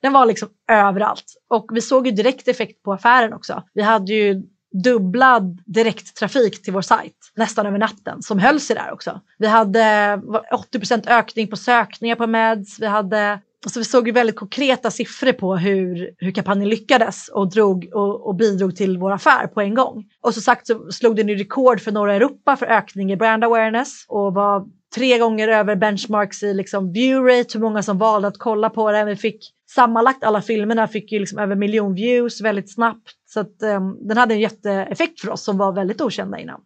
Den var liksom överallt. Och vi såg ju direkt effekt på affären också. Vi hade ju dubblad direkttrafik till vår sajt nästan över natten som höll sig där också. Vi hade 80% ökning på sökningar på Meds. Vi såg ju väldigt konkreta siffror på hur kampanjen lyckades och bidrog till vår affär på en gång. Och så sagt så slog den ju rekord för norra Europa för ökning i brand awareness och var 3 gånger över benchmarks i liksom view rate, hur många som valde att kolla på det. Vi fick sammanlagt alla filmerna fick ju liksom över 1 miljon views väldigt snabbt. Så att den hade en jätteeffekt för oss som var väldigt okända innan.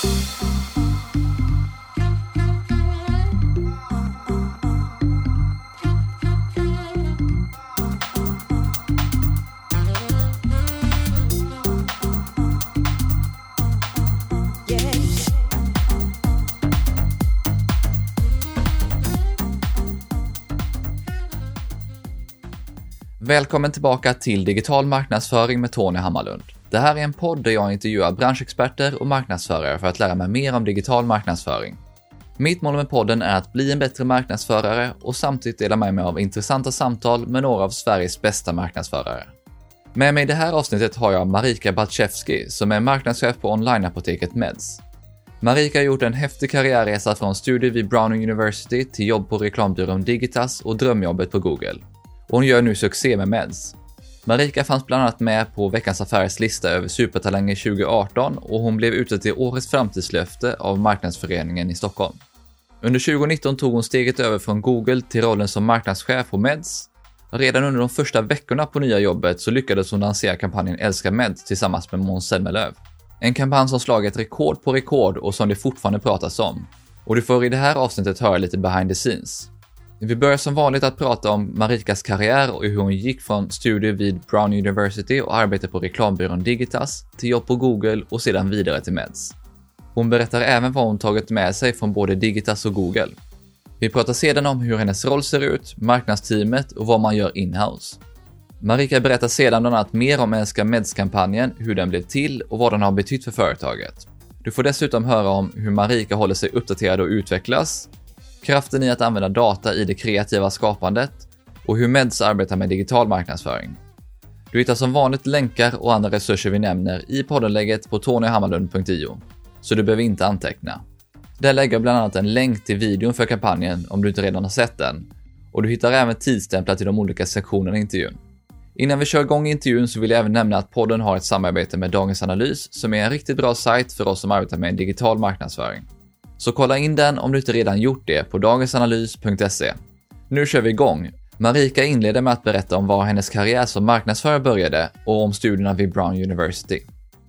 Välkommen tillbaka till Digital marknadsföring med Tony Hammarlund. Det här är en podd där jag intervjuar branschexperter och marknadsförare för att lära mig mer om digital marknadsföring. Mitt mål med podden är att bli en bättre marknadsförare och samtidigt dela med mig av intressanta samtal med några av Sveriges bästa marknadsförare. Med mig i det här avsnittet har jag Marika Bartszewski som är marknadschef på onlineapoteket Meds. Marika har gjort en häftig karriärresa från studier vid Brown University till jobb på reklambyrån Digitas och drömjobbet på Google. Och hon gör nu succé med Meds. Marika fanns bland annat med på Veckans Affärers lista över supertalanger 2018 och hon blev utsedd till årets framtidslöfte av Marknadsföreningen i Stockholm. Under 2019 tog hon steget över från Google till rollen som marknadschef på Meds. Redan under de första veckorna på nya jobbet så lyckades hon lansera kampanjen Älska Meds tillsammans med Måns Zelmerlöw. En kampanj som slagit rekord på rekord och som det fortfarande pratas om. Och du får i det här avsnittet höra lite behind the scenes. Vi börjar som vanligt att prata om Marikas karriär och hur hon gick från studier vid Brown University och arbete på reklambyrån Digitas till jobb på Google och sedan vidare till Meds. Hon berättar även vad hon tagit med sig från både Digitas och Google. Vi pratar sedan om hur hennes roll ser ut, marknadsteamet och vad man gör in-house. Marika berättar sedan bland annat mer om Älska Meds-kampanjen, hur den blev till och vad den har betytt för företaget. Du får dessutom höra om hur Marika håller sig uppdaterad och utvecklas, kraften i att använda data i det kreativa skapandet och hur Meds arbetar med digital marknadsföring. Du hittar som vanligt länkar och andra resurser vi nämner i poddenlägget på tonyhammarlund.io, så du behöver inte anteckna. Där lägger jag bland annat en länk till videon för kampanjen om du inte redan har sett den, och du hittar även tidsstämplar till de olika sektionerna i intervjun. Innan vi kör igång intervjun så vill jag även nämna att podden har ett samarbete med Dagens Analys som är en riktigt bra sajt för oss som arbetar med digital marknadsföring. Så kolla in den om du inte redan gjort det på dagensanalys.se. Nu kör vi igång. Marika inleder med att berätta om var hennes karriär som marknadsförare började och om studierna vid Brown University.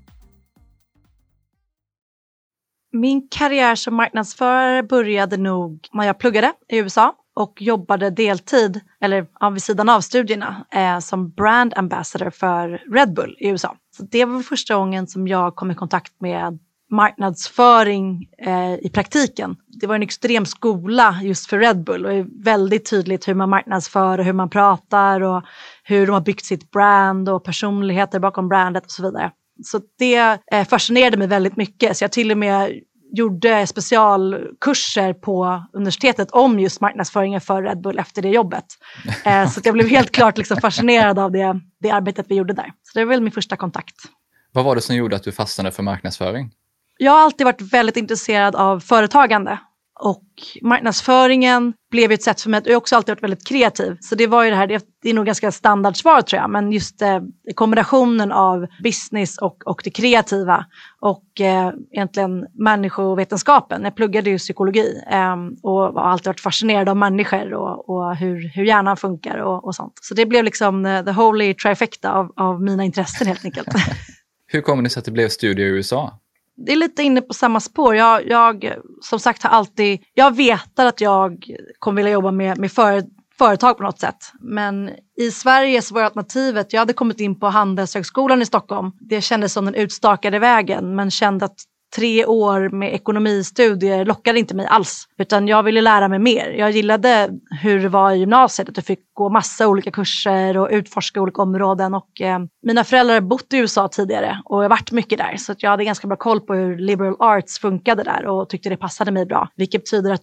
Min karriär som marknadsförare började nog när jag pluggade i USA och jobbade deltid, eller vid sidan av studierna, som brand ambassador för Red Bull i USA. Så det var första gången som jag kom i kontakt med marknadsföring i praktiken. Det var en extrem skola just för Red Bull och är väldigt tydligt hur man marknadsför och hur man pratar och hur de har byggt sitt brand och personligheter bakom brandet och så vidare. Så det fascinerade mig väldigt mycket, så jag till och med gjorde specialkurser på universitetet om just marknadsföringen för Red Bull efter det jobbet. Så jag blev helt klart liksom fascinerad av det arbetet vi gjorde där. Så det var väl min första kontakt. Vad var det som gjorde att du fastnade för marknadsföring? Jag har alltid varit väldigt intresserad av företagande och marknadsföringen blev ett sätt för mig att jag också alltid varit väldigt kreativ. Så det var ju det är nog ganska standardsvar tror jag, men just kombinationen av business och det kreativa och egentligen människovetenskapen. Jag pluggade ju psykologi och har alltid varit fascinerad av människor och hur hjärnan funkar och sånt. Så det blev liksom the holy trifecta av mina intressen helt enkelt. Hur kommer det sig att det blev studier i USA? Det är lite inne på samma spår. Jag som sagt har alltid, jag vetar att jag kommer vilja jobba med företag på något sätt. Men i Sverige så var alternativet, jag hade kommit in på Handelshögskolan i Stockholm. Det kändes som den utstakade vägen, men kände att 3 år med ekonomistudier lockade inte mig alls. Utan jag ville lära mig mer. Jag gillade hur det var i gymnasiet. Att jag fick gå massa olika kurser och utforska olika områden. Och mina föräldrar har bott i USA tidigare. Och jag har varit mycket där. Så att jag hade ganska bra koll på hur liberal arts funkade där. Och tyckte det passade mig bra. Vilket betyder att du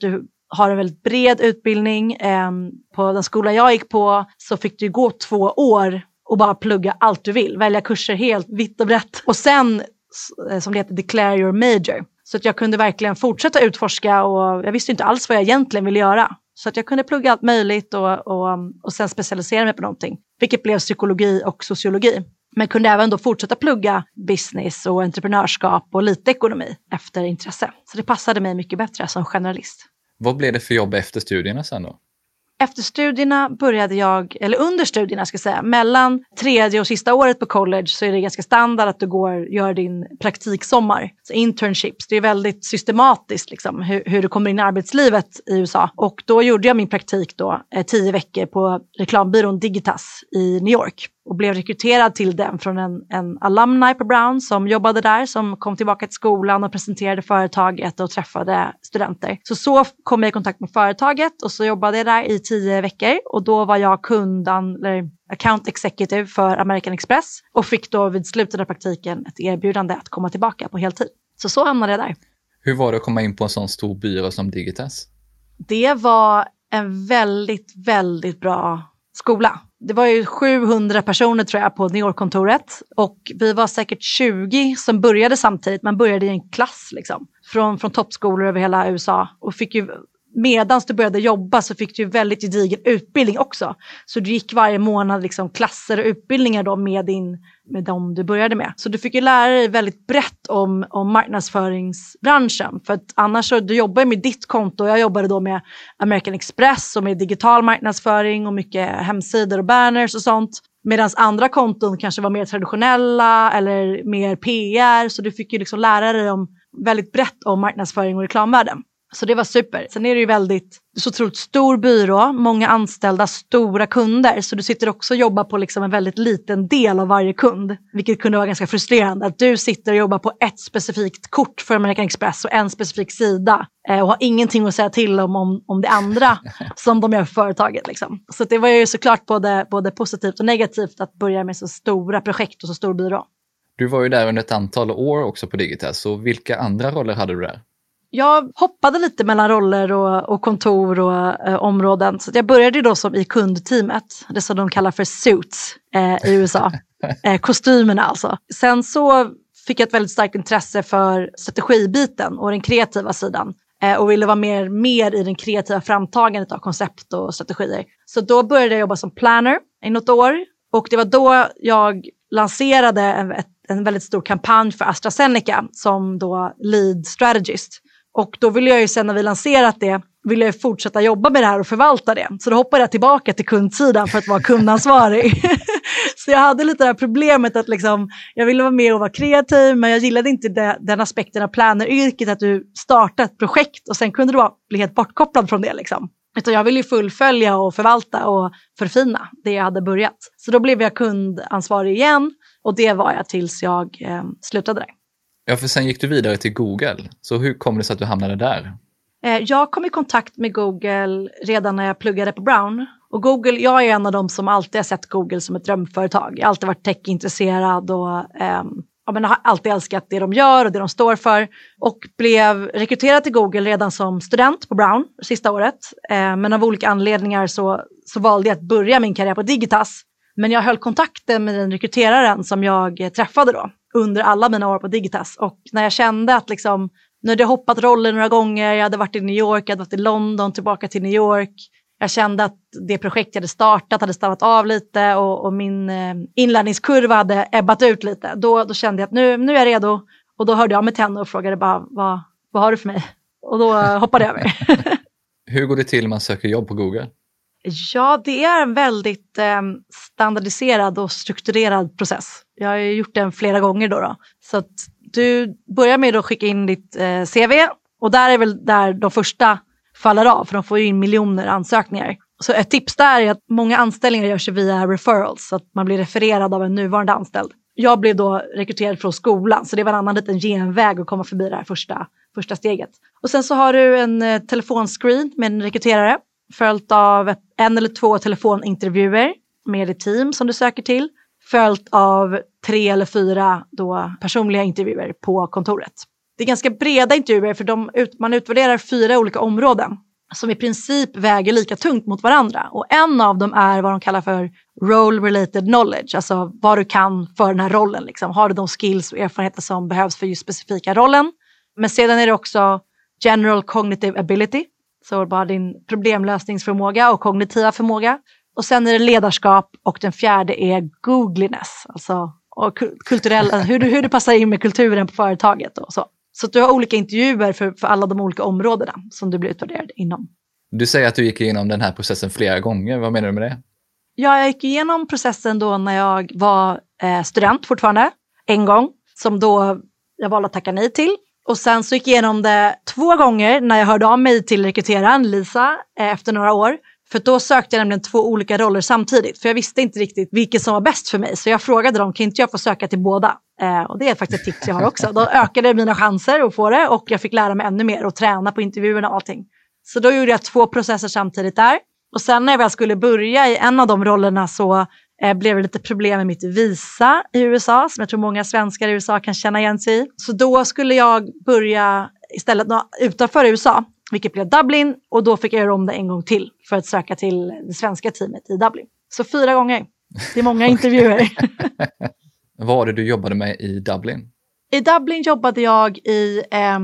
har en väldigt bred utbildning. På den skolan jag gick på så fick du gå 2 år och bara plugga allt du vill. Välja kurser helt vitt och brett. Och sen, som det heter, declare your major. Så att jag kunde verkligen fortsätta utforska och jag visste inte alls vad jag egentligen ville göra. Så att jag kunde plugga allt möjligt och sen specialisera mig på någonting. Vilket blev psykologi och sociologi. Men kunde även då fortsätta plugga business och entreprenörskap och lite ekonomi efter intresse. Så det passade mig mycket bättre som generalist. Vad blev det för jobb efter studierna sen då? Efter studierna började jag, eller under studierna ska jag säga, mellan 3:e och sista året på college så är det ganska standard att du gör din praktiksommar. Så internships, det är väldigt systematiskt liksom, hur du kommer in i arbetslivet i USA. Och då gjorde jag min praktik då 10 veckor på reklambyrån Digitas i New York. Och blev rekryterad till den från en alumni på Brown som jobbade där. Som kom tillbaka till skolan och presenterade företaget och träffade studenter. Så kom jag i kontakt med företaget och så jobbade jag där i 10 veckor. Och då var jag account executive för American Express. Och fick då vid slutet av praktiken ett erbjudande att komma tillbaka på heltid. Så hamnade jag där. Hur var det att komma in på en sån stor byrå som Digitas? Det var en väldigt, väldigt bra skola. Det var ju 700 personer tror jag på New York-kontoret och vi var säkert 20 som började samtidigt. Man började i en klass liksom, från toppskolor över hela USA och fick ju, medans du började jobba så fick du ju väldigt gedigen utbildning också. Så du gick varje månad liksom klasser och utbildningar då med dem du började med. Så du fick ju lära dig väldigt brett om marknadsföringsbranschen. För att annars så, du jobbar med ditt konto. Jag jobbade då med American Express och med digital marknadsföring och mycket hemsidor och banners och sånt. Medan andra konton kanske var mer traditionella eller mer PR. Så du fick ju liksom lära dig väldigt brett om marknadsföring och reklamvärden. Så det var super. Sen är det ju så otroligt stor byrå, många anställda, stora kunder. Så du sitter också och jobbar på liksom en väldigt liten del av varje kund. Vilket kunde vara ganska frustrerande. Att du sitter och jobbar på ett specifikt kort för American Express och en specifik sida. Och har ingenting att säga till om det andra som de gör för företaget. Liksom. Så det var ju såklart både positivt och negativt att börja med så stora projekt och så stor byrå. Du var ju där under ett antal år också på Digitas. Så vilka andra roller hade du där? Jag hoppade lite mellan roller och kontor och områden. Så jag började då som i kundteamet. Det som de kallar för suits i USA. Kostymerna alltså. Sen så fick jag ett väldigt starkt intresse för strategibiten och den kreativa sidan. Och ville vara mer i den kreativa framtagandet av koncept och strategier. Så då började jag jobba som planner i något år. Och det var då jag lanserade en väldigt stor kampanj för AstraZeneca som då lead strategist. Och då ville jag ju sen när vi lanserat det, ville jag fortsätta jobba med det här och förvalta det. Så då hoppade jag tillbaka till kundsidan för att vara kundansvarig. Så jag hade lite det här problemet att liksom, jag ville vara med och vara kreativ, men jag gillade inte den aspekten av planeryrket, att du startar ett projekt och sen kunde du bli helt bortkopplad från det liksom. Utan jag ville ju fullfölja och förvalta och förfina det jag hade börjat. Så då blev jag kundansvarig igen och det var jag tills jag slutade där. Ja, för sen gick du vidare till Google. Så hur kom det sig att du hamnade där? Jag kom i kontakt med Google redan när jag pluggade på Brown. Och Google, jag är en av dem som alltid har sett Google som ett drömföretag. Jag har alltid varit techintresserad och har alltid älskat det de gör och det de står för. Och blev rekryterad till Google redan som student på Brown sista året. Men av olika anledningar så valde jag att börja min karriär på Digitas. Men jag höll kontakten med den rekryteraren som jag träffade då. Under alla mina år på Digitas. Och när jag kände att liksom, nu hade jag hoppat roller några gånger. Jag hade varit i New York, jag hade varit i London, tillbaka till New York. Jag kände att det projekt jag hade startat hade stannat av lite. Och min inlärningskurva hade ebbat ut lite. Då kände jag att nu är jag redo. Och då hörde jag mig till henne och frågade bara, vad har du för mig? Och då hoppade jag över. Hur går det till när man söker jobb på Google? Ja, det är en väldigt standardiserad och strukturerad process. Jag har gjort den flera gånger då. Så att du börjar med att skicka in ditt CV. Och där är väl där de första faller av. För de får ju in miljoner ansökningar. Så ett tips där är att många anställningar görs via referrals. Så att man blir refererad av en nuvarande anställd. Jag blev då rekryterad från skolan. Så det var en annan liten genväg att komma förbi det här första steget. Och sen så har du en telefonscreen med en rekryterare. Följt av 1 eller 2 telefonintervjuer med ett team som du söker till. Följt av 3 eller 4 då personliga intervjuer på kontoret. Det är ganska breda intervjuer för man utvärderar 4 olika områden. som i princip väger lika tungt mot varandra. Och en av dem är vad de kallar för role-related knowledge, alltså vad du kan för den här rollen. Liksom. Har du de skills och erfarenheter som behövs för just specifika rollen? Men sedan är det också general cognitive ability, så bara din problemlösningsförmåga och kognitiva förmåga. Och sen är det ledarskap och den fjärde är googliness, alltså och kulturell, hur du passar in med kulturen på företaget och så. Så att du har olika intervjuer för alla de olika områdena som du blir utvärderad inom. Du säger att du gick igenom den här processen flera gånger. Vad menar du med det? Ja, jag gick igenom processen då när jag var student fortfarande. En gång, som då jag valde att tacka nej till. Och sen så gick jag igenom det 2 gånger när jag hörde av mig till rekryteraren Lisa efter några år. För då sökte jag nämligen 2 olika roller samtidigt. För jag visste inte riktigt vilket som var bäst för mig. Så jag frågade dem, kan inte jag få söka till båda? Och det är faktiskt ett tips jag har också. Då ökade mina chanser att få det. Och jag fick lära mig ännu mer och träna på intervjuerna och allting. Så då gjorde jag 2 processer samtidigt där. Och sen när jag skulle börja i en av de rollerna så blev det lite problem med mitt visa i USA. Som jag tror många svenskar i USA kan känna igen sig i. Så då skulle jag börja istället utanför USA. Vilket blev Dublin, och då fick jag göra om det en gång till för att söka till det svenska teamet i Dublin. Så 4 gånger. Det är många intervjuer. Vad var det du jobbade med i Dublin? I Dublin jobbade jag i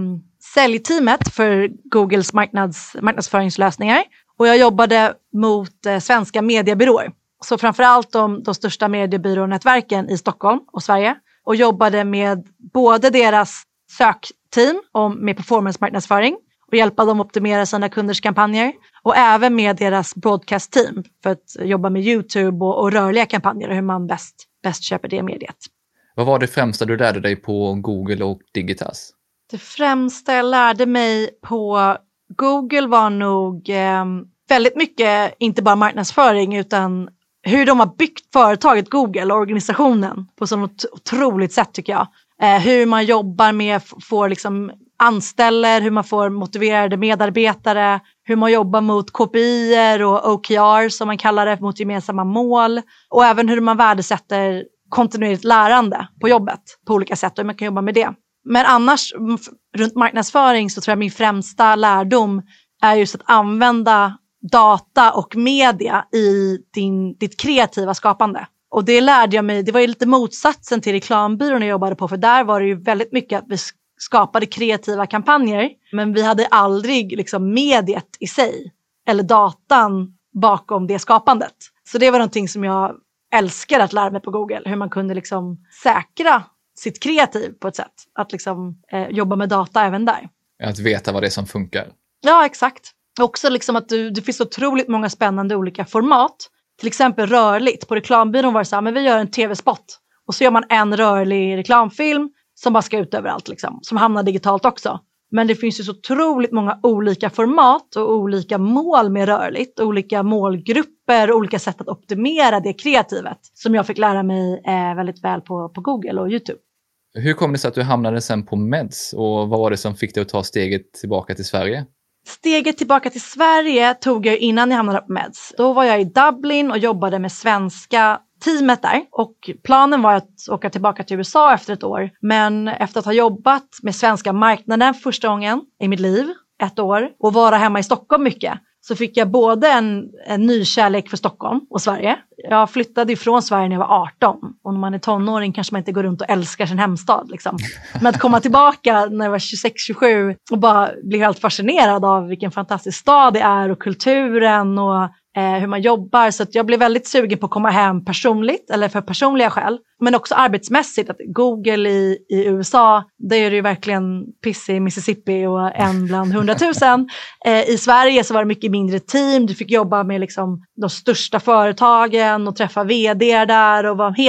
säljteamet för Googles marknadsföringslösningar. Och jag jobbade mot svenska mediebyråer. Så framförallt de största mediebyrånätverken i Stockholm och Sverige. Och jobbade med både deras sökteam med performance-marknadsföring. Och hjälpa dem optimera sina kunders kampanjer. Och även med deras broadcast-team. För att jobba med YouTube och rörliga kampanjer. Och hur man bäst köper det mediet. Vad var det främsta du lärde dig på Google och Digitas? Det främsta jag lärde mig på Google var nog väldigt mycket, inte bara marknadsföring, utan hur de har byggt företaget Google och organisationen på sådant otroligt sätt tycker jag. Hur man jobbar med, får liksom anställer, hur man får motiverade medarbetare, hur man jobbar mot KPI:er och OKR som man kallar det, mot gemensamma mål. Och även hur man värdesätter kontinuerligt lärande på jobbet på olika sätt och hur man kan jobba med det. Men annars runt marknadsföring så tror jag min främsta lärdom är just att använda data och media i ditt kreativa skapande. Och det lärde jag mig, det var ju lite motsatsen till reklambyrån jag jobbade på, för där var det ju väldigt mycket att vi skapade kreativa kampanjer, men vi hade aldrig liksom mediet i sig eller datan bakom det skapandet. Så det var någonting som jag älskar att lära mig på Google, hur man kunde liksom säkra sitt kreativ på ett sätt, att liksom jobba med data även där. Att veta vad det är som funkar. Ja, exakt. Också liksom att det finns otroligt många spännande olika format. Till exempel rörligt. På reklambyrån var det så här, men vi gör en tv-spot. Och så gör man en rörlig reklamfilm som bara ska ut överallt liksom. Som hamnar digitalt också. Men det finns ju så otroligt många olika format och olika mål med rörligt. Olika målgrupper, olika sätt att optimera det kreativet. Som jag fick lära mig väldigt väl på Google och YouTube. Hur kom det sig att du hamnade sen på Meds? Och vad var det som fick dig att ta steget tillbaka till Sverige? Steget tillbaka till Sverige tog jag innan jag hamnade på Meds. Då var jag i Dublin och jobbade med svenska teamet där. Och planen var att åka tillbaka till USA efter ett år. Men efter att ha jobbat med svenska marknaden första gången i mitt liv, 1 år, och vara hemma i Stockholm mycket, så fick jag både en ny kärlek för Stockholm och Sverige. Jag flyttade ifrån Sverige när jag var 18. Och när man är tonåring kanske man inte går runt och älskar sin hemstad. Liksom. Men att komma tillbaka när jag var 26-27 och bara bli helt fascinerad av vilken fantastisk stad det är och kulturen och hur man jobbar. Så att jag blev väldigt sugen på att komma hem personligt, eller för personliga skäl. Men också arbetsmässigt. Att Google i USA, det är det ju verkligen piss i Mississippi och en bland 100 000. I Sverige så var det mycket mindre team. Du fick jobba med liksom de största företagen och träffa vd där och vara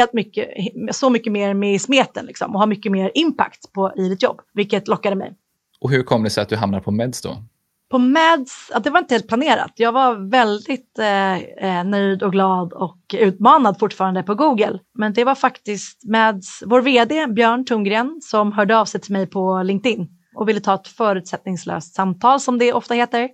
så mycket mer med i smeten liksom, och ha mycket mer impact i ditt jobb. Vilket lockade mig. Och hur kom det sig att du hamnade på Meds då? På Meds, det var inte helt planerat. Jag var väldigt nöjd och glad och utmanad fortfarande på Google. Men det var faktiskt Meds, vår vd Björn Tungren, som hörde av sig till mig på LinkedIn och ville ta ett förutsättningslöst samtal, som det ofta heter.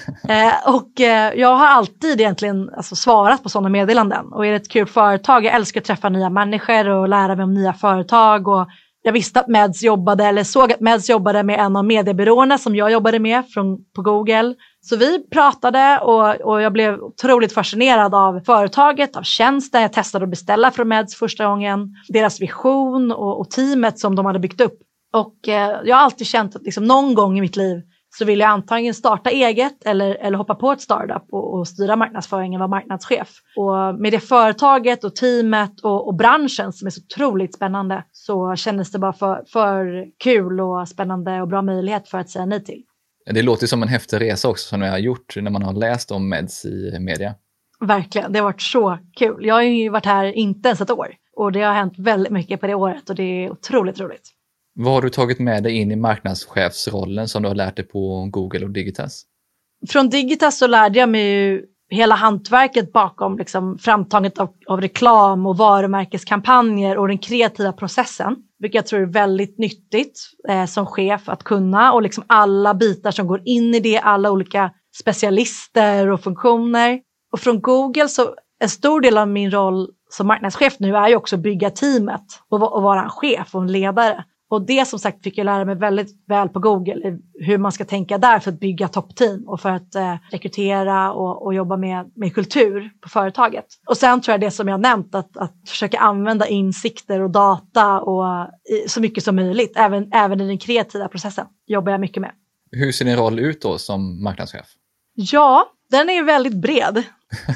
Jag har alltid egentligen svarat på sådana meddelanden. Och är det ett kul företag, jag älskar att träffa nya människor och lära mig om nya företag. Och jag visste att Meds jobbade, eller såg att Meds jobbade med en av mediebyråerna som jag jobbade med på Google. Så vi pratade och jag blev otroligt fascinerad av företaget, av tjänsten. Jag testade att beställa från Meds första gången, deras vision och teamet som de hade byggt upp. Och jag har alltid känt att liksom någon gång i mitt liv så vill jag antagligen starta eget eller hoppa på ett startup och styra marknadsföringen, vara marknadschef. Och med det företaget och teamet och branschen som är så otroligt spännande så kändes det bara för kul och spännande och bra möjlighet för att säga nej till. Det låter som en häftig resa också som jag har gjort när man har läst om Meds i media. Verkligen, det har varit så kul. Jag har ju varit här inte ens ett år och det har hänt väldigt mycket på det året och det är otroligt roligt. Vad har du tagit med dig in i marknadschefsrollen som du har lärt dig på Google och Digitas? Från Digitas så lärde jag mig ju hela hantverket bakom liksom framtagandet av reklam och varumärkeskampanjer och den kreativa processen. Vilket jag tror är väldigt nyttigt som chef att kunna och liksom alla bitar som går in i det, alla olika specialister och funktioner. Och från Google så en stor del av min roll som marknadschef nu är ju också att bygga teamet och vara en chef och en ledare. Och det som sagt fick jag lära mig väldigt väl på Google hur man ska tänka där för att bygga toppteam och för att rekrytera och jobba med kultur på företaget. Och sen tror jag det som jag nämnt att försöka använda insikter och data och så mycket som möjligt. Även i den kreativa processen jobbar jag mycket med. Hur ser din roll ut då som marknadschef? Ja, den är väldigt bred.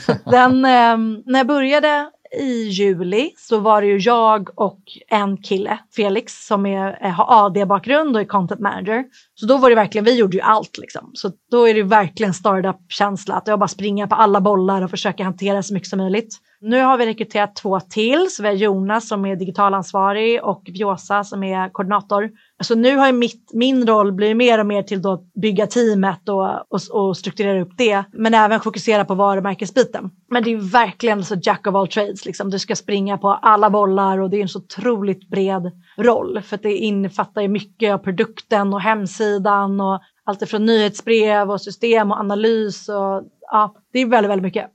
När jag började i juli så var det ju jag och en kille, Felix, som har AD-bakgrund och är content manager. Så då var det verkligen, vi gjorde ju allt liksom. Så då är det verkligen startup-känsla att jag bara springer på alla bollar och försöker hantera så mycket som möjligt. Nu har vi rekryterat 2 till, så vi har Jonas som är digitalansvarig och Vjosa som är koordinator. Så nu har min roll blivit mer och mer till att bygga teamet och strukturera upp det. Men även fokusera på varumärkesbiten. Men det är verkligen så jack of all trades. Liksom. Du ska springa på alla bollar och det är en så otroligt bred roll. För att det innefattar ju mycket av produkten och hemsidan och allt ifrån nyhetsbrev och system och analys. Och, ja, det är väldigt, väldigt mycket.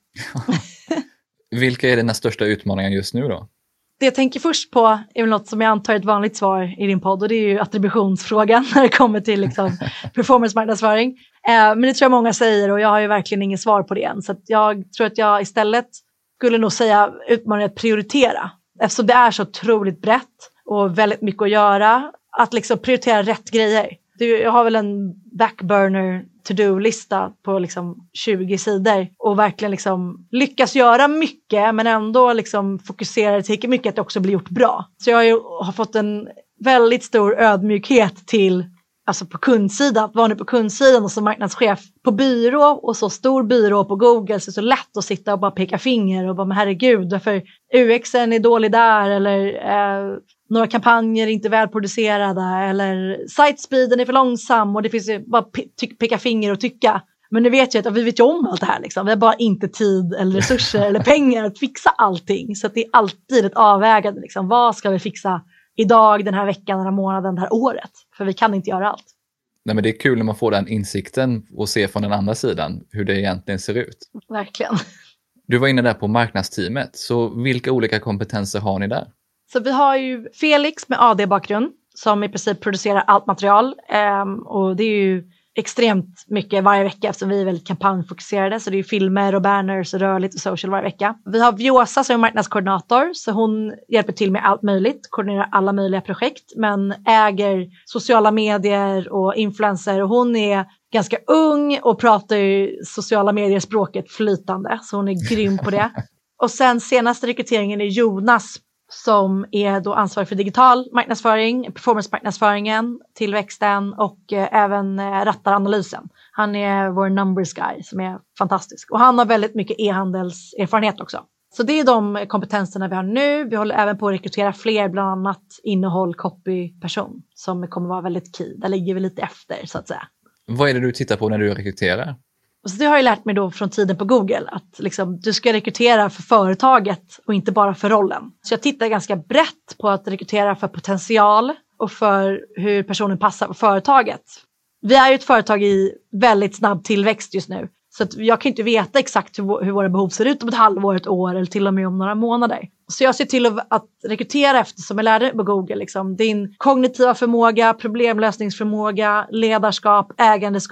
Vilka är dina största utmaningar just nu då? Det jag tänker först på är väl något som jag antar är ett vanligt svar i din podd och det är ju attributionsfrågan när det kommer till liksom performance-marknadsföring. Men det tror jag många säger och jag har ju verkligen inget svar på det än. Så att jag tror att jag istället skulle nog säga utmaningen att prioritera. Eftersom det är så otroligt brett och väldigt mycket att göra. Att liksom prioritera rätt grejer. Jag har väl en backburner to-do-lista på liksom 20 sidor och verkligen liksom lyckas göra mycket men ändå liksom fokusera till mycket att det också blir gjort bra. Så jag har fått en väldigt stor ödmjukhet till, alltså på kundsidan, att vara nu på kundsidan och som marknadschef på byrå och så stor byrå på Google så är det så lätt att sitta och bara peka finger och bara men herregud varför UXen är dålig där eller några kampanjer är inte välproducerade eller sitespeeden är för långsam och det finns ju bara peka finger och tycka. Men nu vet jag att vi vet ju om allt det här liksom. Vi har bara inte tid eller resurser eller pengar att fixa allting. Så att det är alltid ett avvägande liksom. Vad ska vi fixa idag, den här veckan, den här månaden, det här året? För vi kan inte göra allt. Nej, men det är kul när man får den insikten och ser från den andra sidan hur det egentligen ser ut. Verkligen. Du var inne där på marknadsteamet. Så vilka olika kompetenser har ni där? Så vi har ju Felix med AD-bakgrund som i princip producerar allt material. Och det är ju extremt mycket varje vecka eftersom vi är väldigt kampanjfokuserade. Så det är filmer och banners och rörligt och social varje vecka. Vi har Vjosa som är marknadskoordinator. Så hon hjälper till med allt möjligt. Koordinerar alla möjliga projekt. Men äger sociala medier och influencer. Och hon är ganska ung och pratar ju sociala medier-språket flytande. Så hon är grym på det. Och sen senaste rekryteringen är Jonas som är då ansvarig för digital marknadsföring, performance-marknadsföringen, tillväxten och även rattar analysen. Han är vår numbers guy som är fantastisk. Och han har väldigt mycket e-handelserfarenhet också. Så det är de kompetenserna vi har nu. Vi håller även på att rekrytera fler, bland annat innehåll, copy, person. Som kommer vara väldigt key. Där ligger vi lite efter så att säga. Vad är det du tittar på när du rekryterar? Så det har jag lärt mig då från tiden på Google. Att liksom, du ska rekrytera för företaget och inte bara för rollen. Så jag tittar ganska brett på att rekrytera för potential och för hur personen passar på företaget. Vi är ju ett företag i väldigt snabb tillväxt just nu. Så att jag kan inte veta exakt hur våra behov ser ut om ett halvår, ett år eller till och med om några månader. Så jag ser till att rekrytera efter, som jag lärde på Google, liksom, din kognitiva förmåga, problemlösningsförmåga, ledarskap, ägandeskap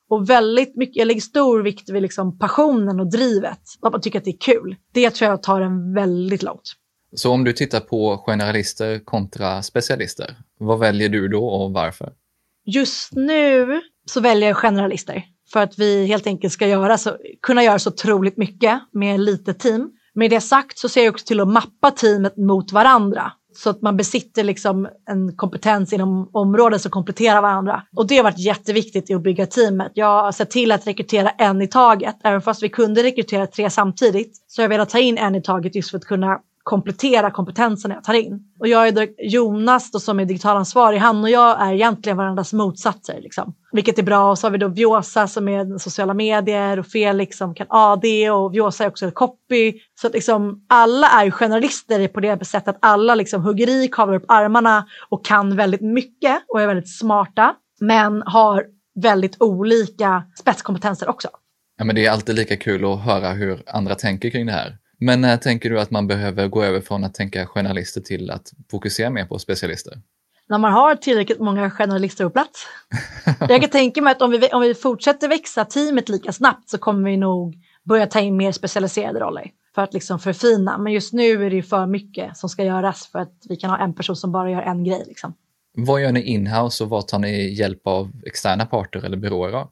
Och väldigt mycket, jag lägger stor vikt vid liksom passionen och drivet. Att man tycker att det är kul. Det tror jag tar en väldigt långt. Så om du tittar på generalister kontra specialister, vad väljer du då och varför? Just nu så väljer jag generalister. För att vi helt enkelt ska kunna göra så otroligt mycket med lite team. Med det sagt så ser jag också till att mappa teamet mot varandra. Så att man besitter liksom en kompetens inom områden som kompletterar varandra. Och det har varit jätteviktigt i att bygga teamet. Jag har sett till att rekrytera en i taget. Även fast vi kunde rekrytera 3 samtidigt så har jag velat ta in en i taget just för att kunna komplettera kompetensen jag tar in. Och jag är Jonas då, som är digitalansvarig. Han och jag är egentligen varandras motsatser. Liksom. Vilket är bra. Och så har vi då Vjosa som är sociala medier och Felix som kan AD och Vjosa är också copy. Så att liksom, alla är ju generalister på det sättet att alla liksom hugger i, kavlar upp armarna och kan väldigt mycket och är väldigt smarta. Men har väldigt olika spetskompetenser också. Ja, men det är alltid lika kul att höra hur andra tänker kring det här. Men när tänker du att man behöver gå över från att tänka generalister till att fokusera mer på specialister? När man har tillräckligt många generalister på plats. Jag kan tänka mig att om vi fortsätter växa teamet lika snabbt så kommer vi nog börja ta in mer specialiserade roller. För att liksom förfina. Men just nu är det ju för mycket som ska göras för att vi kan ha en person som bara gör en grej. Liksom. Vad gör ni in-house och vad tar ni hjälp av externa parter eller byråer av?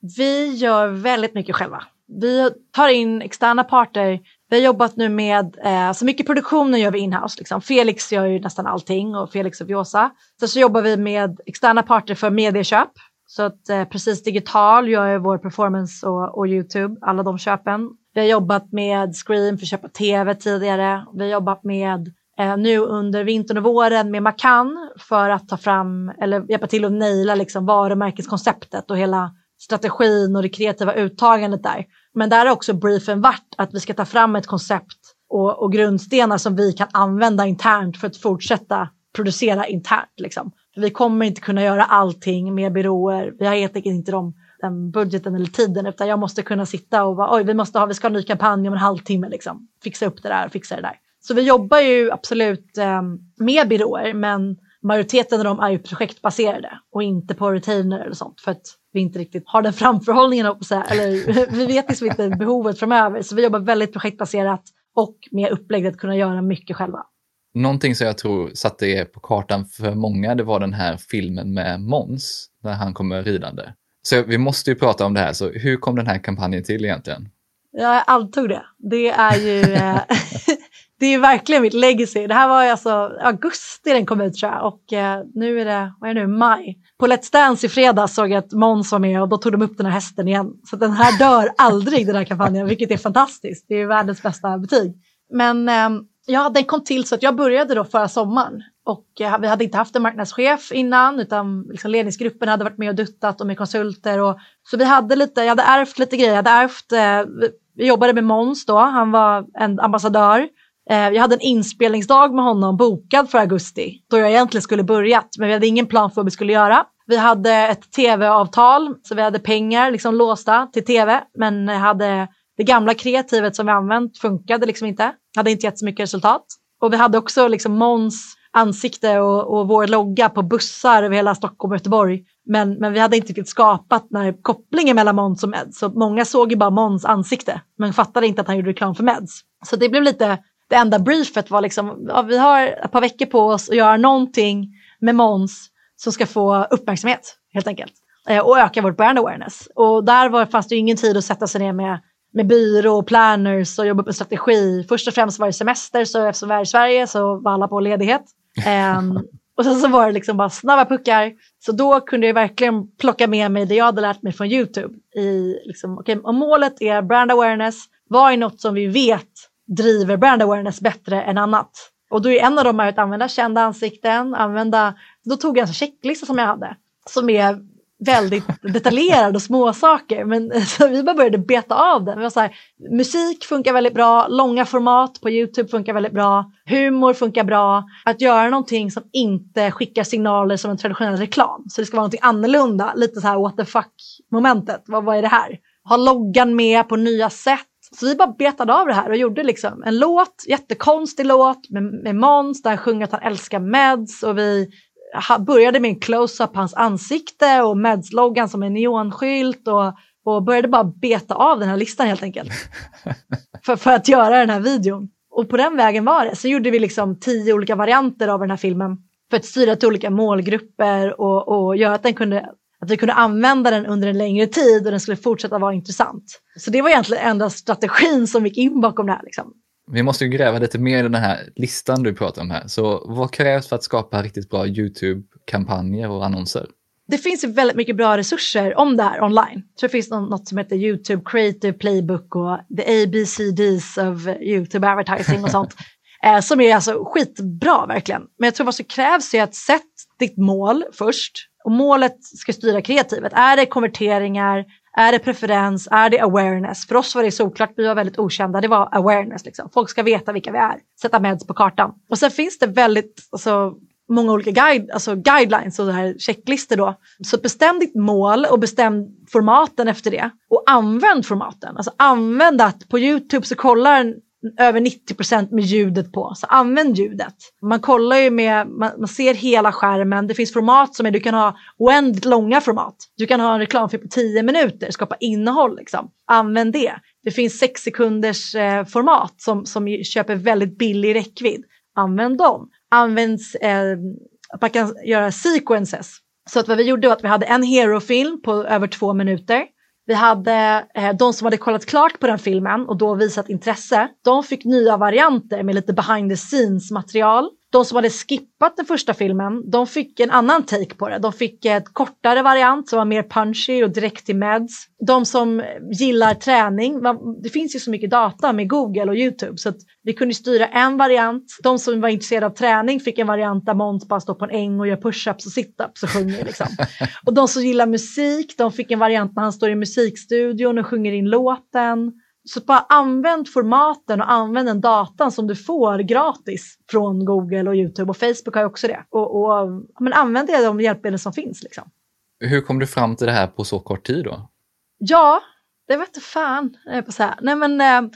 Vi gör väldigt mycket själva. Vi tar in externa parter. Vi har jobbat nu med så mycket produktionen gör vi in-house. Liksom. Felix gör ju nästan allting och Felix och Vjosa. Så jobbar vi med externa parter för medieköp. Så att Precis Digital gör vår performance och YouTube, alla de köpen. Vi har jobbat med Scream för att köpa tv tidigare. Vi har jobbat med nu under vintern och våren med Macan för att ta fram eller hjälpa till att naila liksom varumärkeskonceptet och hela strategin och det kreativa uttagandet där. Men där är också briefen varit att vi ska ta fram ett koncept och grundstenar som vi kan använda internt för att fortsätta producera internt. Liksom. För vi kommer inte kunna göra allting med byråer. Vi har helt enkelt inte den budgeten eller tiden utan jag måste kunna sitta och bara, vi ska ha en ny kampanj om en halvtimme. Liksom. Fixa upp det där och fixa det där. Så vi jobbar ju absolut med byråer men majoriteten av dem är ju projektbaserade och inte på retainer eller sånt för att vi inte riktigt har den framförhållningen eller vi vet liksom inte behovet framöver så vi jobbar väldigt projektbaserat och med upplägget att kunna göra mycket själva. Någonting som jag tror satte er på kartan för många det var den här filmen med Måns när han kommer ridande. Så vi måste ju prata om det här så hur kom den här kampanjen till egentligen? Jag antog det. Det är ju det är ju verkligen mitt legacy. Det här var alltså augusti den kom ut tror jag. Och nu är det, maj. På Let's Dance i fredags såg jag att Måns var med och då tog de upp den här hästen igen. Så den här dör aldrig den här kampanjen, vilket är fantastiskt. Det är ju världens bästa betyg. Men den kom till så att jag började då förra sommaren. Och vi hade inte haft en marknadschef innan utan liksom ledningsgruppen hade varit med och duttat och med konsulter. Så jag hade ärvt lite grejer. Vi jobbade med Måns då, han var en ambassadör. Jag hade en inspelningsdag med honom bokad för augusti då jag egentligen skulle börjat men vi hade ingen plan för vad vi skulle göra. Vi hade ett tv-avtal så vi hade pengar liksom låsta till tv men hade det gamla kreativet som vi använt funkade liksom inte. Hade inte gett så mycket resultat. Och vi hade också liksom Måns ansikte och vår logga på bussar över hela Stockholm och Göteborg. Men vi hade inte riktigt skapat den här kopplingen mellan Måns och Meds. Så många såg ju bara Måns ansikte men fattade inte att han gjorde reklam för Meds. Så det blev lite det enda briefet var liksom, vi har ett par veckor på oss att göra någonting med Måns som ska få uppmärksamhet helt enkelt. Och öka vårt brand awareness. Och där fanns det ju ingen tid att sätta sig ner med byrå och planners och jobba på strategi. Först och främst var det semester så eftersom vi är i Sverige så var alla på ledighet. Och sen så var det liksom bara snabba puckar. Så då kunde jag verkligen plocka med mig det jag hade lärt mig från YouTube. Om målet är brand awareness, vad är något som vi vet driver brand awareness bättre än annat? Och då är en av dem att använda kända ansikten. Då tog jag en checklista som jag hade. Som är väldigt detaljerad och små saker. Men så vi bara började beta av den. Vi var så här, musik funkar väldigt bra. Långa format på YouTube funkar väldigt bra. Humor funkar bra. Att göra någonting som inte skickar signaler som en traditionell reklam. Så det ska vara någonting annorlunda. Lite så här what the fuck momentet. Vad är det här? Ha loggan med på nya sätt. Så vi bara betade av det här och gjorde liksom en låt, jättekonstig låt med Måns där han sjunger att han älskar Meds och vi började med en close-up på hans ansikte och Meds-loggan som en neonskylt och började bara beta av den här listan helt enkelt. för att göra den här videon. Och på den vägen var det. Så gjorde vi liksom 10 olika varianter av den här filmen för att styra till olika målgrupper och göra att vi kunde använda den under en längre tid och den skulle fortsätta vara intressant. Så det var egentligen enda strategin som gick in bakom det här. Liksom. Vi måste ju gräva lite mer i den här listan du pratar om här. Så vad krävs för att skapa riktigt bra YouTube-kampanjer och annonser? Det finns ju väldigt mycket bra resurser om det här online. Så det finns något som heter YouTube Creative Playbook och the ABCDs of YouTube Advertising och sånt. Som är alltså skitbra verkligen. Men jag tror vad som krävs är att sätta ditt mål först. Och målet ska styra kreativet. Är det konverteringar? Är det preferens? Är det awareness? För oss var det såklart, vi var väldigt okända. Det var awareness liksom. Folk ska veta vilka vi är. Sätta meds på kartan. Och sen finns det väldigt många olika guidelines och så här checklistor då. Så bestäm ditt mål och bestäm formaten efter det. Och använd formaten. Alltså använd att på YouTube så kollar över 90% med ljudet på. Så använd ljudet. Man kollar ju man ser hela skärmen. Det finns format som du kan ha oändligt långa format. Du kan ha en reklamfilm på 10 minuter. Skapa innehåll liksom. Använd det. Det finns 6 sekunders format som köper väldigt billig räckvidd. Använd dem. Man kan göra sequences. Så att vad vi gjorde var att vi hade en hero-film på över 2 minuter. Vi hade de som hade kollat klart på den filmen och då visat intresse. De fick nya varianter med lite behind the scenes material. De som hade skippat den första filmen, de fick en annan take på det. De fick ett kortare variant som var mer punchy och direkt till meds. De som gillar träning, det finns ju så mycket data med Google och YouTube så att vi kunde styra en variant. De som var intresserade av träning fick en variant där Måns bara står på en äng och gör push-ups och sit-ups och sjunger liksom. Och de som gillar musik, de fick en variant när han står i musikstudion och sjunger in låten. Så bara använd formaten och använd den datan som du får gratis från Google och YouTube och Facebook har ju också det. Men använd det de hjälpmedel som finns liksom. Hur kom du fram till det här på så kort tid då? Ja, det vet inte fan. Nej men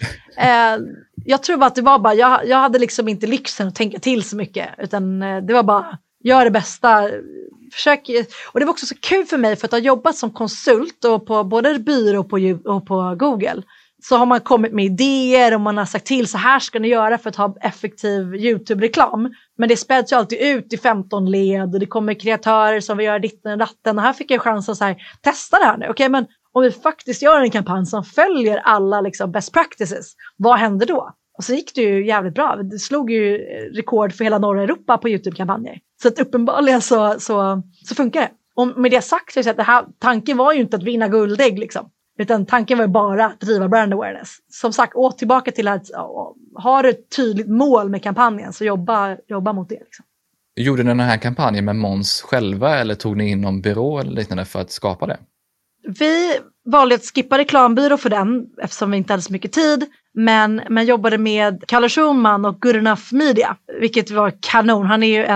jag tror bara att det var bara, jag hade liksom inte lyxen att tänka till så mycket utan det var bara, gör det bästa. Försök, och det var också så kul för mig för att ha jobbat som konsult och på både byrå och på Google. Så har man kommit med idéer och man har sagt till så här ska ni göra för att ha effektiv YouTube-reklam. Men det späds ju alltid ut i 15 led och det kommer kreatörer som vill göra ditten och datten. Och här fick jag chansen att så här, testa det här nu. Okej, men om vi faktiskt gör en kampanj som följer alla liksom best practices, vad händer då? Och så gick det ju jävligt bra. Det slog ju rekord för hela norra Europa på YouTube-kampanjer. Så att uppenbarligen så funkar det. Och med det sagt så är det att det här, tanken var ju inte att vinna guldägg liksom. Utan tanken var bara att driva brand awareness. Som sagt, tillbaka till att ha ett tydligt mål med kampanjen så jobba mot det. Liksom. Gjorde ni den här kampanjen med Måns själva eller tog ni in någon byrå eller liknande för att skapa det? Vi valde att skippa reklambyrå för den eftersom vi inte hade så mycket tid. Men jobbade med Kalle Schulman och Good Enough Media. Vilket var kanon. Han är ju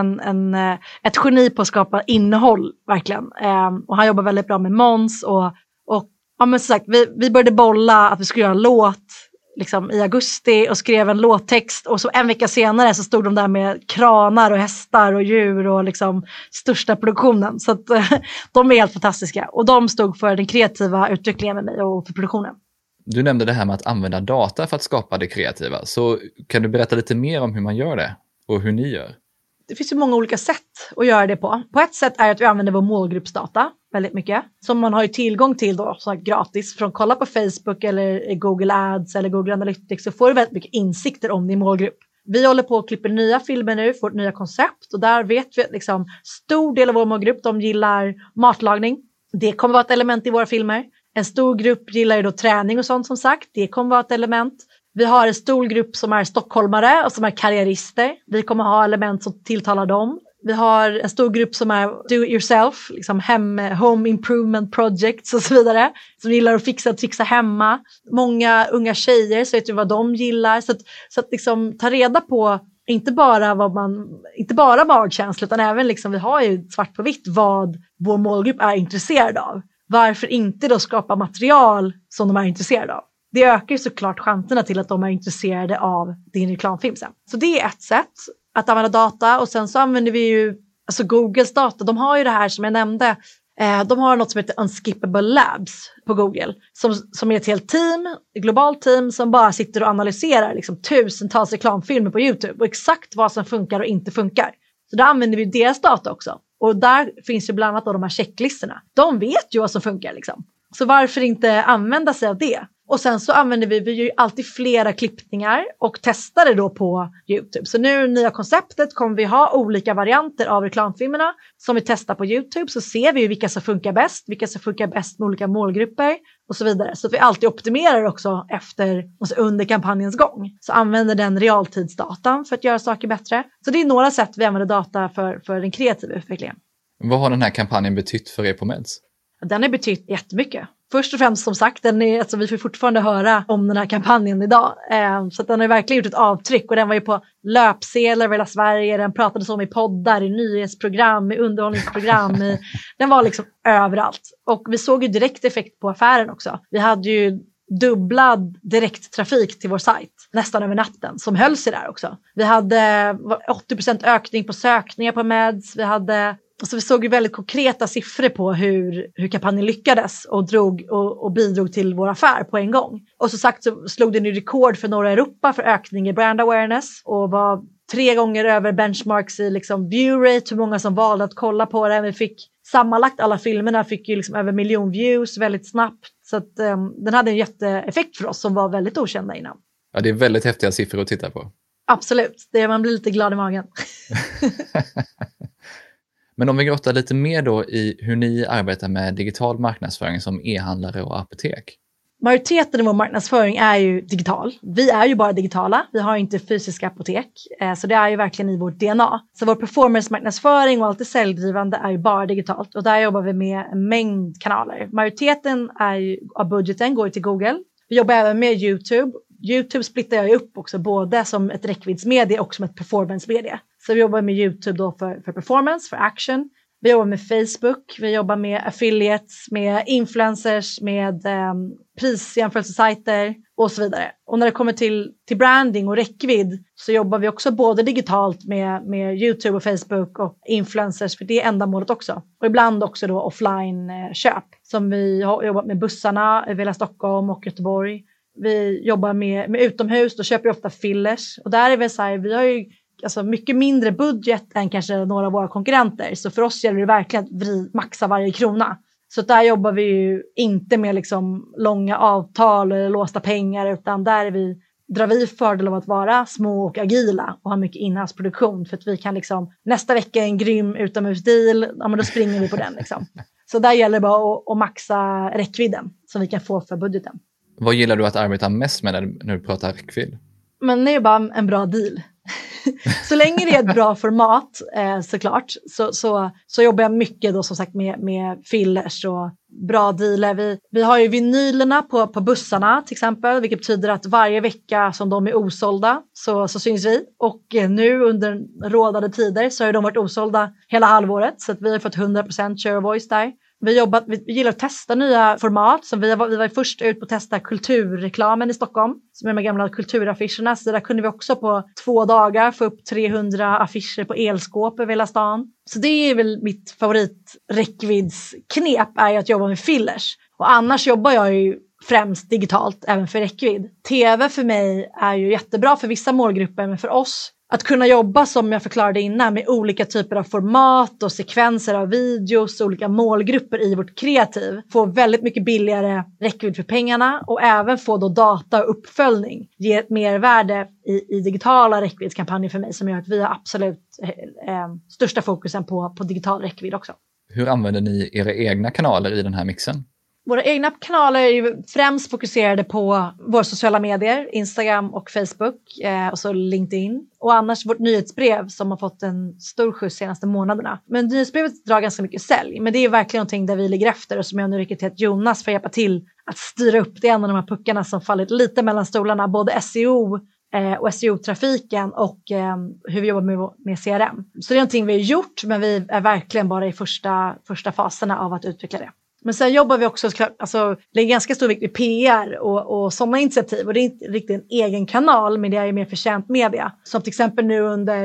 ett geni på att skapa innehåll verkligen. Och han jobbar väldigt bra med Måns och ja, men som sagt, vi började bolla att vi skulle göra en låt liksom, i augusti och skrev en låttext och så en vecka senare så stod de där med kranar och hästar och djur och liksom största produktionen. Så att de är helt fantastiska och de stod för den kreativa utvecklingen med mig och för produktionen. Du nämnde det här med att använda data för att skapa det kreativa. Så kan du berätta lite mer om hur man gör det och hur ni gör? Det finns ju många olika sätt att göra det på. På ett sätt är att vi använder vår målgruppsdata väldigt mycket. Som man har ju tillgång till då, så gratis. Från att kolla på Facebook eller Google Ads eller Google Analytics så får du väldigt mycket insikter om din målgrupp. Vi håller på att klippa nya filmer nu, får ett nya koncept. Och där vet vi att liksom, stor del av vår målgrupp, de gillar matlagning. Det kommer vara ett element i våra filmer. En stor grupp gillar ju då träning och sånt som sagt. Det kommer vara ett element. Vi har en stor grupp som är stockholmare och som är karriärister. Vi kommer ha element som tilltalar dem. Vi har en stor grupp som är do it yourself, liksom home improvement projects och så vidare. Som gillar att fixa och trixa hemma. Många unga tjejer, så vet du vad de gillar. Så att liksom ta reda på inte bara magkänsla utan även liksom, vi har ju svart på vitt vad vår målgrupp är intresserad av. Varför inte då skapa material som de är intresserade av? Det ökar ju såklart chanserna till att de är intresserade av din reklamfilm sen. Så det är ett sätt att använda data och sen så använder vi ju Alltså Googles data, de har ju det här som jag nämnde. De har något som heter Unskippable Labs på Google som är ett helt team, ett globalt team som bara sitter och analyserar liksom tusentals reklamfilmer på YouTube och exakt vad som funkar och inte funkar. Så där använder vi deras data också. Och där finns ju bland annat de här checklistorna. De vet ju vad som funkar liksom. Så varför inte använda sig av det? Och sen så använder vi ju alltid flera klippningar och testar det då på YouTube. Så nu nya konceptet kommer vi ha olika varianter av reklamfilmerna som vi testar på YouTube. Så ser vi ju vilka som funkar bäst med olika målgrupper och så vidare. Så att vi alltid optimerar också under kampanjens gång. Så använder den realtidsdatan för att göra saker bättre. Så det är några sätt vi använder data för den kreativa utvecklingen. Vad har den här kampanjen betytt för er på Meds? Den har betytt jättemycket. Först och främst som sagt, vi får fortfarande höra om den här kampanjen idag. Så att den har verkligen gjort ett avtryck och den var ju på löpsedlar över hela Sverige. Den pratades om i poddar, i nyhetsprogram, i underhållningsprogram. Den var liksom överallt. Och vi såg ju direkt effekt på affären också. Vi hade ju dubblad direkttrafik till vår sajt nästan över natten som höll sig där också. Vi hade 80% ökning på sökningar på Meds. Vi såg ju väldigt konkreta siffror på hur kampanjen lyckades och bidrog till vår affär på en gång. Och så sagt så slog den ju rekord för norra Europa för ökning i brand awareness och var 3 gånger över benchmarks i liksom view rate, hur många som valde att kolla på det. Vi fick sammanlagt alla filmerna fick ju liksom över 1 miljon views väldigt snabbt. Så att den hade en jätteeffekt för oss som var väldigt okända innan. Ja, det är väldigt häftiga siffror att titta på. Absolut, man blir lite glad i magen. Men om vi grottar lite mer då i hur ni arbetar med digital marknadsföring som e-handlare och apotek. Majoriteten av vår marknadsföring är ju digital. Vi är ju bara digitala. Vi har inte fysiska apotek. Så det är ju verkligen i vårt DNA. Så vår performance-marknadsföring och allt det säljdrivande är ju bara digitalt. Och där jobbar vi med en mängd kanaler. Majoriteten av budgeten går till Google. Vi jobbar även med YouTube. YouTube splittar jag upp också både som ett räckviddsmedie och som ett performance-medie. Så vi jobbar med YouTube då för performance, för action. Vi jobbar med Facebook, vi jobbar med affiliates, med influencers, med prisjämförelsesajter och så vidare. Och när det kommer till branding och räckvidd så jobbar vi också både digitalt med YouTube och Facebook och influencers för det ändamålet också. Och ibland också då offline-köp som vi har jobbat med bussarna i hela Stockholm och Göteborg. Vi jobbar med utomhus, då köper vi ofta fillers. Och där är vi så här, vi har ju alltså mycket mindre budget än kanske några av våra konkurrenter. Så för oss gäller det verkligen att maxa varje krona. Så där jobbar vi ju inte med liksom långa avtal eller låsta pengar. Utan där drar vi fördel av att vara små och agila och ha mycket inhouse-produktion. För att vi kan liksom, nästa vecka en grym utomhusdeal, ja men då springer vi på den liksom. Så där gäller det bara att maxa räckvidden som vi kan få för budgeten. Vad gillar du att arbeta mest med när du pratar räckvidd? Men det är ju bara en bra deal. Så länge det är ett bra format såklart så jobbar jag mycket då som sagt med fillers och bra dealer. Vi har ju vinylerna på bussarna till exempel, vilket betyder att varje vecka som de är osålda så syns vi. Och nu under rådande tider så har de varit osålda hela halvåret så att vi har fått 100% share of voice där. Vi gillar att testa nya format. Så vi var först ut på att testa kulturreklamen i Stockholm. Som är de gamla kulturaffischerna. Så där kunde vi också på 2 dagar få upp 300 affischer på elskåp över hela stan. Så det är väl mitt favoriträckviddsknep är att jobba med fillers. Och annars jobbar jag ju främst digitalt även för räckvidd. TV för mig är ju jättebra för vissa målgrupper men för oss att kunna jobba som jag förklarade innan med olika typer av format och sekvenser av videos och olika målgrupper i vårt kreativ. Få väldigt mycket billigare räckvidd för pengarna och även få då data och uppföljning. Ge ett mervärde i digitala räckviddskampanjer för mig som gör att vi har absolut största fokusen på digital räckvidd också. Hur använder ni era egna kanaler i den här mixen? Våra egna kanaler är ju främst fokuserade på våra sociala medier, Instagram och Facebook och så LinkedIn. Och annars vårt nyhetsbrev som har fått en stor skjuts senaste månaderna. Men nyhetsbrevet drar ganska mycket sälj. Men det är verkligen någonting där vi ligger efter och som jag nu rekryterat Jonas för att hjälpa till att styra upp. Det är en av de här puckarna som fallit lite mellan stolarna. Både SEO och SEO-trafiken och hur vi jobbar med CRM. Så det är någonting vi har gjort men vi är verkligen bara i första faserna av att utveckla det. Men sen jobbar vi också, alltså det är ganska stor vikt vid PR och sådana initiativ. Och det är inte riktigt en egen kanal, men det är ju mer förtjänt media. Som till exempel nu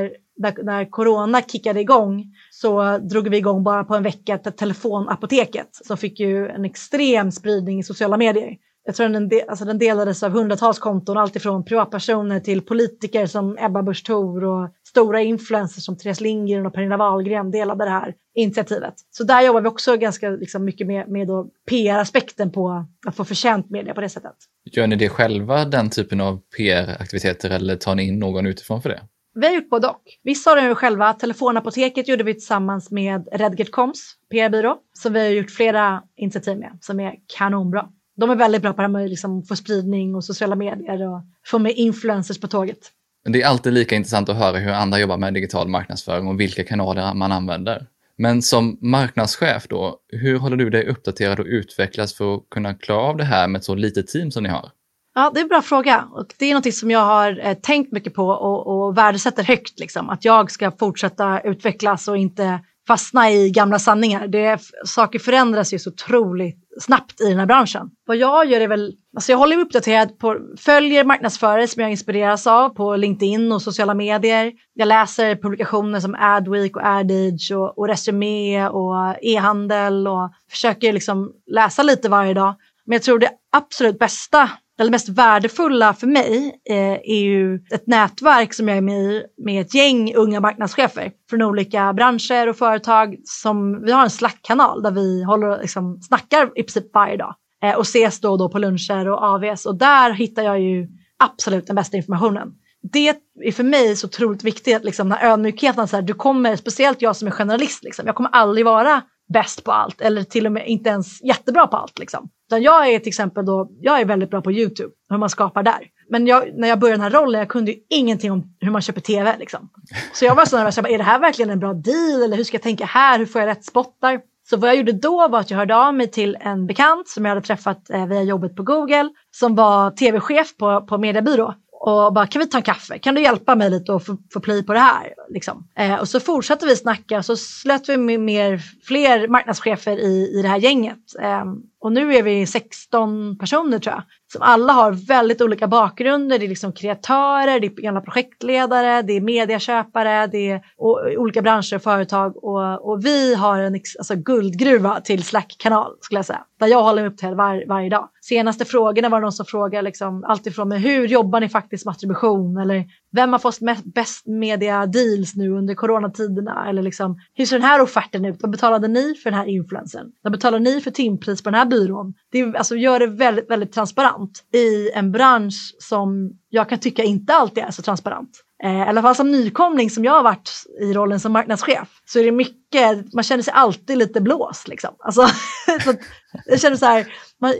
när corona kickade igång så drog vi igång bara på en vecka telefonapoteket. Som fick ju en extrem spridning i sociala medier. Jag tror den delades av hundratals konton, alltifrån privatpersoner till politiker som Ebba Busch Thor och stora influencers som Therese Lindgren och Pernilla Wahlgren delade det här initiativet. Så där jobbar vi också ganska mycket med då PR-aspekten på att få förtjänt media på det sättet. Gör ni det själva, den typen av PR-aktiviteter, eller tar ni in någon utifrån för det? Vi har gjort både och. Vissa har det själva. Telefonapoteket gjorde vi tillsammans med Redgertcoms PR-byrå. Som vi har gjort flera initiativ med som är kanonbra. De är väldigt bra på det här med att få spridning och sociala medier och få med influencers på tåget. Det är alltid lika intressant att höra hur andra jobbar med digital marknadsföring och vilka kanaler man använder. Men som marknadschef då, hur håller du dig uppdaterad och utvecklas för att kunna klara av det här med ett så litet team som ni har? Ja, det är en bra fråga. Och det är något som jag har tänkt mycket på och värdesätter högt. Liksom. Att jag ska fortsätta utvecklas och inte fastna i gamla sanningar. Saker förändras ju så otroligt snabbt i den här branschen. Vad jag gör är väl, alltså jag håller mig uppdaterad följer marknadsförare som jag inspireras av på LinkedIn och sociala medier. Jag läser publikationer som Adweek och Adage och Resumé och e-handel och försöker liksom läsa lite varje dag. Men jag tror det absolut bästa, eller mest värdefulla för mig är ju ett nätverk som jag är med i med ett gäng unga marknadschefer från olika branscher och företag. Vi har en Slack-kanal där vi snackar i princip varje dag och ses då och då på luncher och AVs. Och där hittar jag ju absolut den bästa informationen. Det är för mig så otroligt viktigt, liksom, den här ödmjukheten. Så här, du kommer, speciellt jag som är journalist, liksom, jag kommer aldrig vara bäst på allt eller till och med inte ens jättebra på allt. Liksom. Utan jag är till exempel jag är väldigt bra på YouTube, hur man skapar där. Men när jag började den här rollen, jag kunde ju ingenting om hur man köper tv. Liksom. Så jag var så nervös, är det här verkligen en bra deal? Eller hur ska jag tänka här? Hur får jag rätt spottar? Så vad jag gjorde då var att jag hörde av mig till en bekant som jag hade träffat via jobbet på Google. Som var tv-chef på mediebyrå. Och bara, kan vi ta en kaffe? Kan du hjälpa mig lite och få play på det här? Liksom. Och så fortsatte vi snacka och så slöt vi med fler marknadschefer i det här gänget. Och nu är vi 16 personer tror jag. Som alla har väldigt olika bakgrunder. Det är liksom kreatörer, det är gamla projektledare, det är medieköpare, det är olika branscher och företag. Och vi har en guldgruva till Slack-kanal skulle jag säga. Där jag håller upp till varje dag. Senaste frågorna var det någon som frågar liksom, alltifrån med hur jobbar ni faktiskt med attribution? Eller vem har fått bäst media deals nu under coronatiderna? Eller liksom, hur ser den här offerten ut? Vad betalade ni för den här influensen? Vad betalade ni för timpris på den här byrån? Det gör det väldigt, väldigt transparent i en bransch som jag kan tycka inte alltid är så transparent. I alla fall som nykomling som jag har varit i rollen som marknadschef så är det mycket, man känner sig alltid lite blåst liksom. Alltså, så jag känner så här,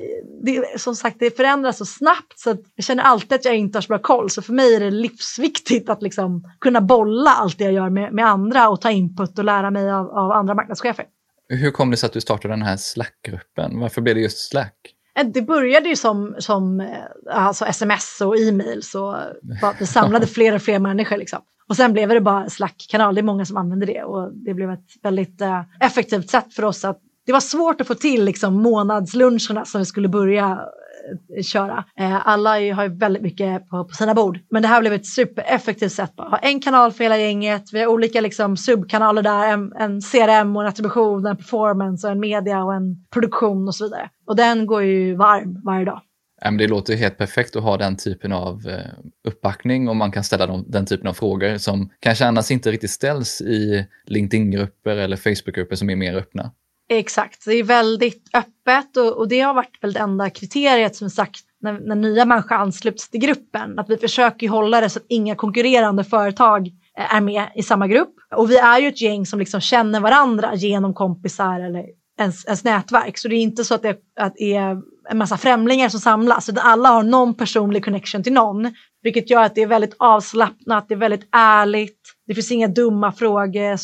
som sagt det förändras så snabbt så att jag känner alltid att jag inte har så bra koll. Så för mig är det livsviktigt att liksom kunna bolla allt det jag gör med andra och ta input och lära mig av andra marknadschefer. Hur kom det sig att du startade den här Slack-gruppen? Varför blev det just Slack? Det började ju som sms och e-mail så vi samlade fler och fler människor liksom. Och sen blev det bara Slack-kanal, det är många som använder det och det blev ett väldigt effektivt sätt för oss att det var svårt att få till liksom månadsluncherna som vi skulle börja köra. Alla har ju väldigt mycket på sina bord. Men det här blev ett supereffektivt sätt att ha en kanal för hela gänget. Vi har olika liksom subkanaler där. En CRM och en attribution, en performance och en media och en produktion och så vidare. Och den går ju varm varje dag. Det låter helt perfekt att ha den typen av uppbackning och man kan ställa den typen av frågor som kanske annars inte riktigt ställs i LinkedIn-grupper eller Facebook-grupper som är mer öppna. Exakt, det är väldigt öppet och det har varit väl det enda kriteriet som sagt när nya människor ansluts till gruppen. Att vi försöker hålla det så att inga konkurrerande företag är med i samma grupp. Och vi är ju ett gäng som liksom känner varandra genom kompisar eller ens nätverk. Så det är inte så att det är en massa främlingar som samlas. Utan alla har någon personlig connection till någon. Vilket gör att det är väldigt avslappnat, det är väldigt ärligt. Det finns inga dumma frågor.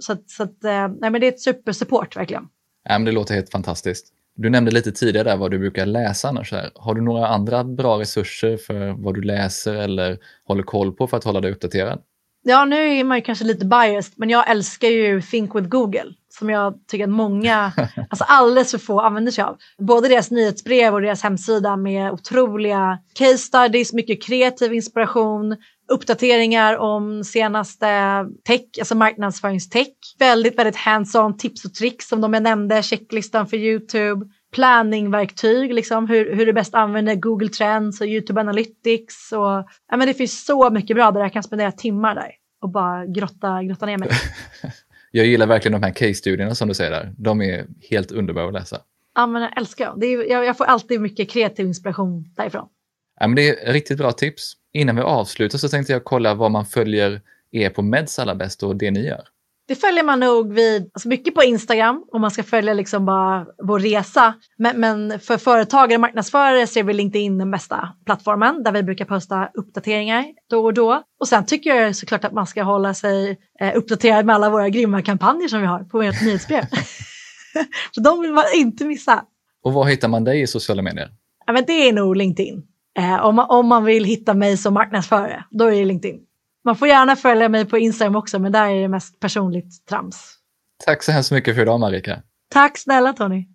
Nej, men det är ett supersupport verkligen. Det låter helt fantastiskt. Du nämnde lite tidigare där vad du brukar läsa annars här. Har du några andra bra resurser för vad du läser eller håller koll på för att hålla dig uppdaterad? Ja, nu är man ju kanske lite biased, men jag älskar ju Think with Google som jag tycker att många, alltså alldeles för få använder sig av. Både deras nyhetsbrev och deras hemsida med otroliga case studies, mycket kreativ inspiration, uppdateringar om senaste tech, alltså marknadsföringstech. Väldigt, väldigt hands-on tips och tricks som jag nämnde, checklistan för YouTube, planningverktyg, liksom hur du bäst använder Google Trends och YouTube Analytics. Och, ja, men det finns så mycket bra där jag kan spendera timmar där och bara grotta ner mig. Jag gillar verkligen de här case-studierna som du säger där. De är helt underbara att läsa. Ja, men jag älskar dem. Jag får alltid mycket kreativ inspiration därifrån. Ja, men det är riktigt bra tips. Innan vi avslutar så tänkte jag kolla vad man följer er på Meds allra bäst och det ni gör. Det följer man nog mycket på Instagram om man ska följa liksom bara vår resa. Men för företagare och marknadsförare så är väl LinkedIn den bästa plattformen där vi brukar posta uppdateringar då och då. Och sen tycker jag såklart att man ska hålla sig uppdaterad med alla våra grymma kampanjer som vi har på vårt nyhetsbrev. Så de vill man inte missa. Och var hittar man dig i sociala medier? Ja, men det är nog LinkedIn. Om man vill hitta mig som marknadsförare, då är det LinkedIn. Man får gärna följa mig på Instagram också, men där är det mest personligt trams. Tack så hemskt mycket för idag, Marika. Tack snälla, Tony.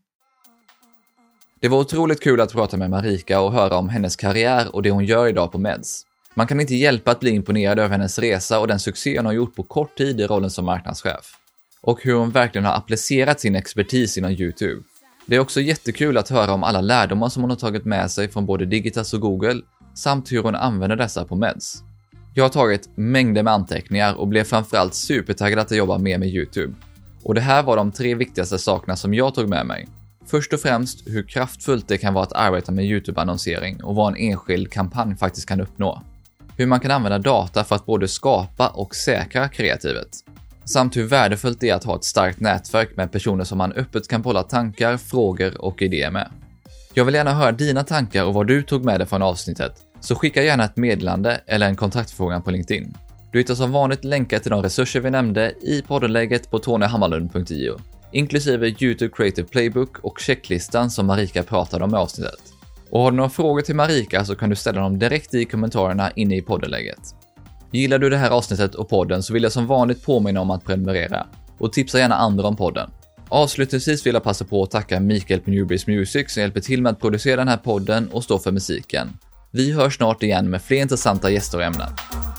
Det var otroligt kul att prata med Marika och höra om hennes karriär och det hon gör idag på Meds. Man kan inte hjälpa att bli imponerad över hennes resa och den succé hon har gjort på kort tid i rollen som marknadschef. Och hur hon verkligen har applicerat sin expertis inom YouTube. Det är också jättekul att höra om alla lärdomar som hon har tagit med sig från både Digitas och Google, samt hur hon använder dessa på Meds. Jag har tagit mängder med anteckningar och blev framförallt supertaggad att jobba mer med YouTube. Och det här var de 3 viktigaste sakerna som jag tog med mig. Först och främst hur kraftfullt det kan vara att arbeta med YouTube-annonsering och vad en enskild kampanj faktiskt kan uppnå. Hur man kan använda data för att både skapa och säkra kreativet. Samt hur värdefullt det är att ha ett starkt nätverk med personer som man öppet kan bolla tankar, frågor och idéer med. Jag vill gärna höra dina tankar och vad du tog med dig från avsnittet. Så skicka gärna ett meddelande eller en kontaktförfrågan på LinkedIn. Du hittar som vanligt länkar till de resurser vi nämnde i poddenlägget på tonyhammarlund.io, inklusive YouTube Creative Playbook och checklistan som Marika pratade om i avsnittet. Och har du några frågor till Marika så kan du ställa dem direkt i kommentarerna inne i poddenlägget. Gillar du det här avsnittet och podden så vill jag som vanligt påminna om att prenumerera och tipsa gärna andra om podden. Avslutningsvis vill jag passa på att tacka Mikael på Newbies Music som hjälper till med att producera den här podden och stå för musiken. Vi hörs snart igen med fler intressanta gäster och ämnen.